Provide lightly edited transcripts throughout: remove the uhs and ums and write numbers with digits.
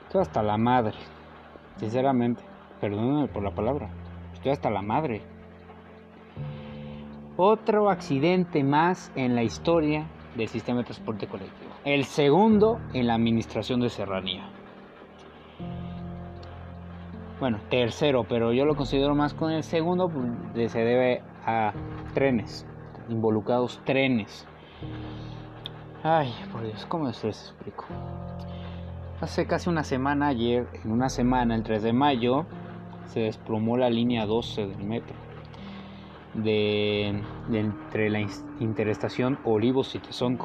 Estoy hasta la madre, sinceramente, perdónenme por la palabra, estoy hasta la madre. Otro accidente más en la historia del sistema de transporte colectivo. El segundo en la administración de Serranía. Bueno, tercero, pero yo lo considero más con el segundo, pues, se debe a trenes, involucrados trenes. Ay, por Dios, ¿cómo les explico? Hace casi una semana, ayer, en una semana, el 3 de mayo, se desplomó la línea 12 del metro. De entre la interestación Olivos y Tezonco.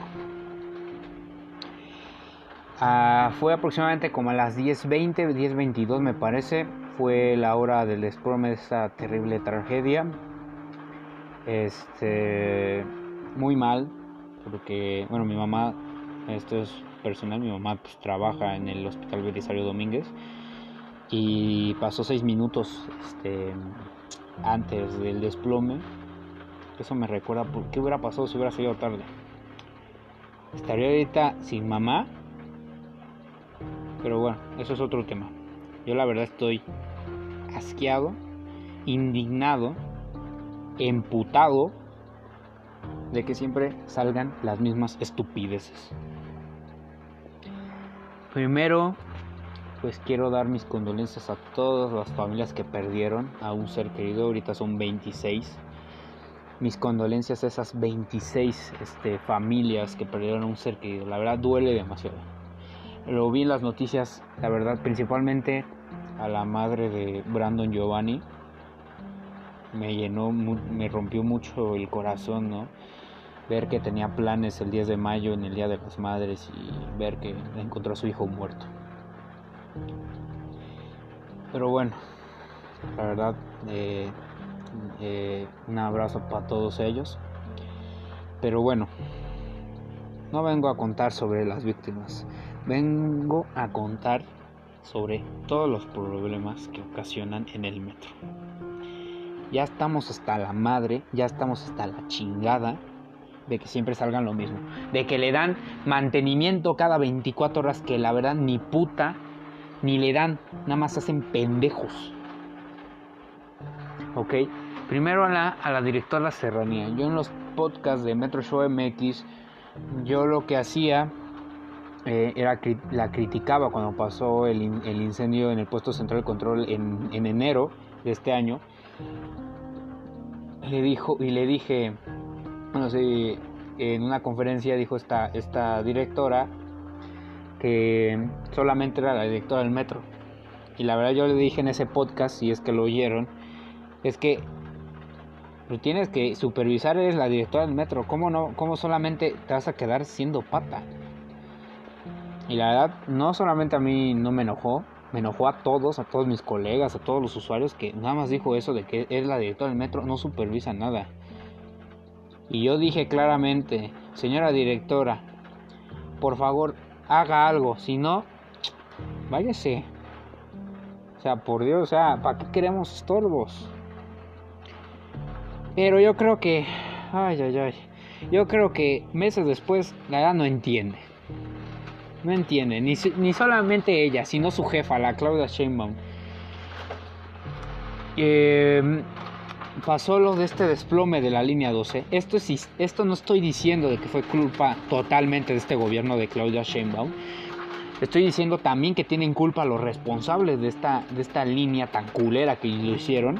Fue aproximadamente como a las 10:20, 10:22 me parece. Fue la hora del desplome de esta terrible tragedia. Muy mal, porque, bueno, mi mamá, esto es personal, mi mamá pues trabaja en el Hospital Belisario Domínguez y pasó 6 minutos antes del desplome. Eso me recuerda por qué hubiera pasado si hubiera salido tarde. Estaría ahorita sin mamá. Pero bueno, eso es otro tema. Yo la verdad estoy asqueado, indignado, emputado de que siempre salgan las mismas estupideces. Primero, pues quiero dar mis condolencias a todas las familias que perdieron a un ser querido. Ahorita son 26. Mis condolencias a esas 26 familias que perdieron a un ser querido. La verdad duele demasiado. Lo vi en las noticias, la verdad, principalmente a la madre de Brandon Giovanni. Me rompió mucho el corazón, ¿no? Ver que tenía planes el 10 de mayo en el Día de las Madres y ver que encontró a su hijo muerto. Pero bueno, la verdad, un abrazo para todos ellos. Pero bueno, no vengo a contar sobre las víctimas, vengo a contar sobre todos los problemas que ocasionan en el metro. Ya estamos hasta la madre, ya estamos hasta la chingada de que siempre salgan lo mismo, de que le dan mantenimiento cada 24 horas, que la verdad ni puta, ni le dan, nada más hacen pendejos. Ok, primero a la directora Serranía. Yo en los podcasts de Metro Show MX, yo lo que hacía la criticaba cuando pasó el incendio en el puesto central de control en enero de este año. Le dije, bueno, sí, en una conferencia dijo esta directora que solamente era la directora del metro. Y la verdad yo le dije en ese podcast, si es que lo oyeron, es que lo tienes que supervisar, eres la directora del metro. ¿Cómo solamente te vas a quedar siendo pata? Y la verdad, no solamente a mí no me enojó a todos mis colegas, a todos los usuarios, que nada más dijo eso de que es la directora del metro, no supervisa nada. Y yo dije claramente, señora directora, por favor, haga algo, si no, váyase. O sea, por Dios, o sea, ¿para qué queremos estorbos? Pero yo creo que, yo creo que meses después, la verdad no entiende. No entiende, ni solamente ella, sino su jefa, la Claudia Sheinbaum. Pasó lo de este desplome de la línea 12. Esto no estoy diciendo de que fue culpa totalmente de este gobierno de Claudia Sheinbaum. Estoy diciendo también que tienen culpa los responsables de esta línea tan culera que lo hicieron.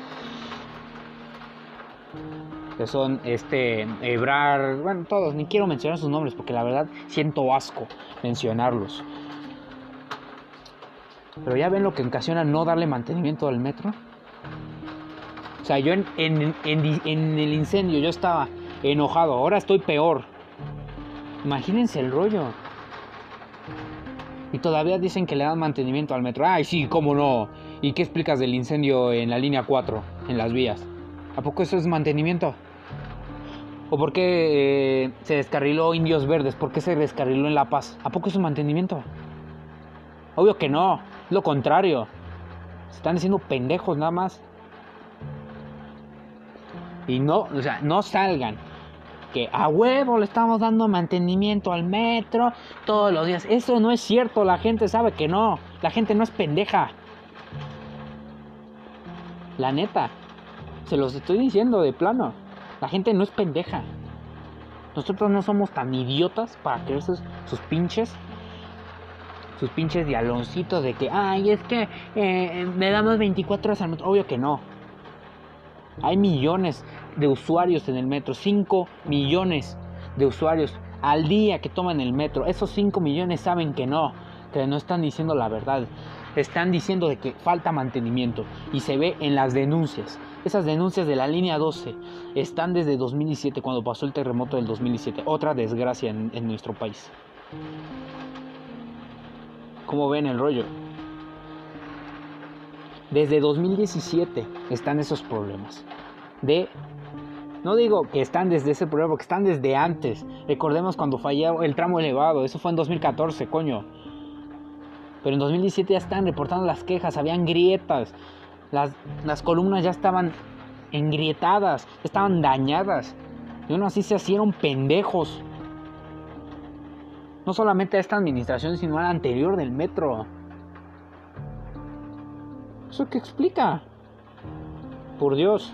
Que son Ebrar, bueno, todos, ni quiero mencionar sus nombres porque la verdad siento asco mencionarlos. Pero ya ven lo que ocasiona no darle mantenimiento al metro. O sea, yo en el incendio yo estaba enojado, ahora estoy peor. Imagínense el rollo. Y todavía dicen que le dan mantenimiento al metro. Ay, sí, cómo no. ¿Y qué explicas del incendio en la línea 4, en las vías? ¿A poco eso es mantenimiento? ¿O por qué se descarriló Indios Verdes? ¿Por qué se descarriló en La Paz? ¿A poco es un mantenimiento? Obvio que no, es lo contrario. Se están haciendo pendejos nada más. Y no, o sea, no salgan. que a huevo le estamos dando mantenimiento al metro todos los días. Eso no es cierto, la gente sabe que no. La gente no es pendeja. La neta, se los estoy diciendo de plano. La gente no es pendeja. Nosotros no somos tan idiotas para creer sus pinches dialoncitos de que, ay, es que me damos 24 horas al metro. Obvio que no. Hay millones de usuarios en el metro, 5 millones de usuarios al día que toman el metro. Esos 5 millones saben que no están diciendo la verdad. Están diciendo de que falta mantenimiento y se ve en las denuncias. Esas denuncias de la línea 12 están desde 2017, cuando pasó el terremoto del 2017. Otra desgracia en nuestro país. ¿Cómo ven el rollo? Desde 2017 están esos problemas. No digo que están desde ese problema, porque están desde antes. Recordemos cuando falló el tramo elevado. Eso fue en 2014, coño. Pero en 2017 ya están reportando las quejas. Habían grietas. Las columnas ya estaban engrietadas. Estaban dañadas. Y aún así se hicieron pendejos. No solamente a esta administración, sino a la anterior del metro. ¿Eso qué explica? Por Dios.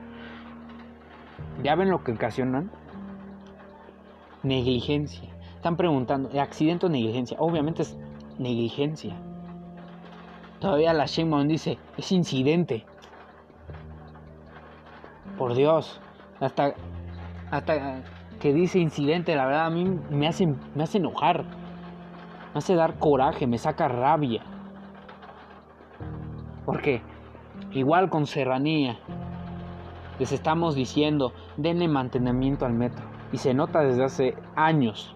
¿Ya ven lo que ocasionan? Negligencia. Están preguntando, ¿accidente o negligencia? Obviamente es negligencia. Todavía la Sheinbaum dice, es incidente. Por Dios. Hasta que dice incidente, la verdad a mí me hace enojar. Me hace dar coraje, me saca rabia. Porque igual con Serranía les estamos diciendo, denle mantenimiento al metro. Y se nota desde hace años.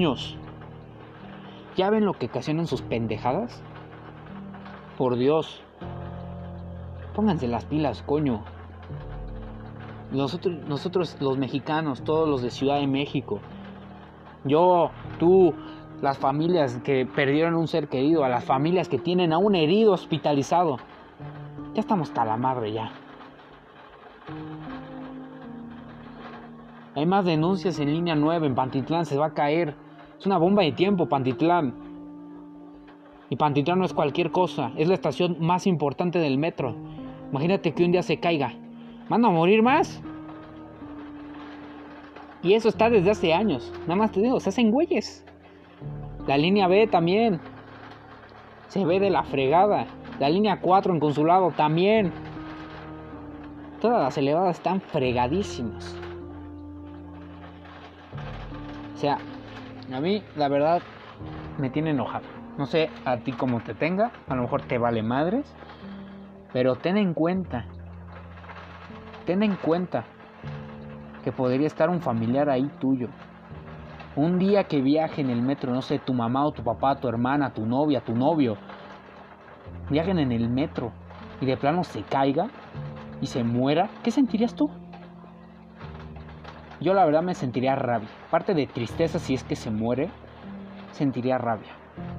¿Ya ven lo que ocasionan sus pendejadas? Por Dios. Pónganse las pilas, coño. Nosotros los mexicanos, todos los de Ciudad de México. Yo, tú, las familias que perdieron un ser querido, a las familias que tienen a un herido hospitalizado. Ya estamos hasta la madre ya. Hay más denuncias en línea 9, en Pantitlán se va a caer. Es una bomba de tiempo, Pantitlán. Y Pantitlán no es cualquier cosa, es la estación más importante del metro. Imagínate que un día se caiga. ¿Van a morir más? Y eso está desde hace años. Nada más te digo, se hacen güeyes. La línea B también. Se ve de la fregada. La línea 4 en Consulado también. Todas las elevadas están fregadísimas. O sea, a mí la verdad me tiene enojado. No sé a ti cómo te tenga. A lo mejor te vale madres. Pero ten en cuenta que podría estar un familiar ahí tuyo. Un día que viaje en el metro, no sé, tu mamá o tu papá, tu hermana, tu novia, tu novio, viajen en el metro y de plano se caiga y se muera, ¿qué sentirías tú? Yo la verdad me sentiría rabia. Aparte de tristeza si es que se muere, sentiría rabia.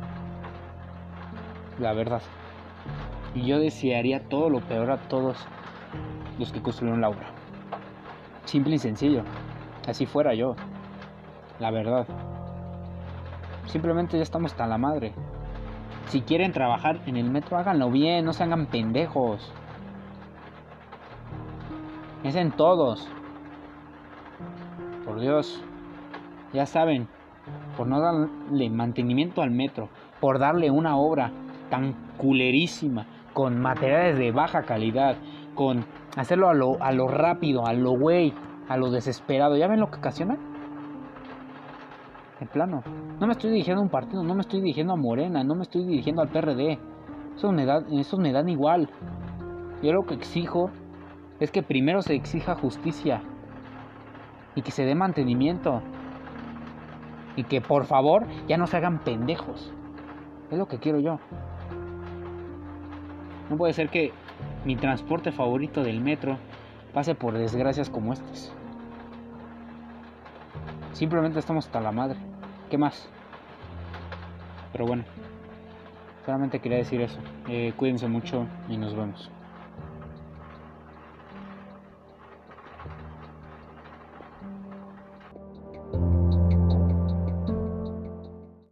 La verdad. Y yo desearía todo lo peor a todos los que construyeron la obra. Simple y sencillo. Así fuera yo. La verdad. Simplemente ya estamos hasta la madre. Si quieren trabajar en el metro, háganlo bien, no se hagan pendejos. Piensen todos. Por Dios. Ya saben, por no darle mantenimiento al metro, por darle una obra tan culerísima, con materiales de baja calidad, con hacerlo a lo rápido, a lo güey, a lo desesperado. ¿Ya ven lo que ocasiona? En plano. No me estoy dirigiendo a un partido, no me estoy dirigiendo a Morena, no me estoy dirigiendo al PRD. Eso me dan igual. Yo lo que exijo es que primero se exija justicia y que se dé mantenimiento. Y que por favor ya no se hagan pendejos. Es lo que quiero yo. No puede ser que mi transporte favorito del metro pase por desgracias como estas. Simplemente estamos hasta la madre. ¿Qué más? Pero bueno, solamente quería decir eso. Cuídense mucho y nos vemos.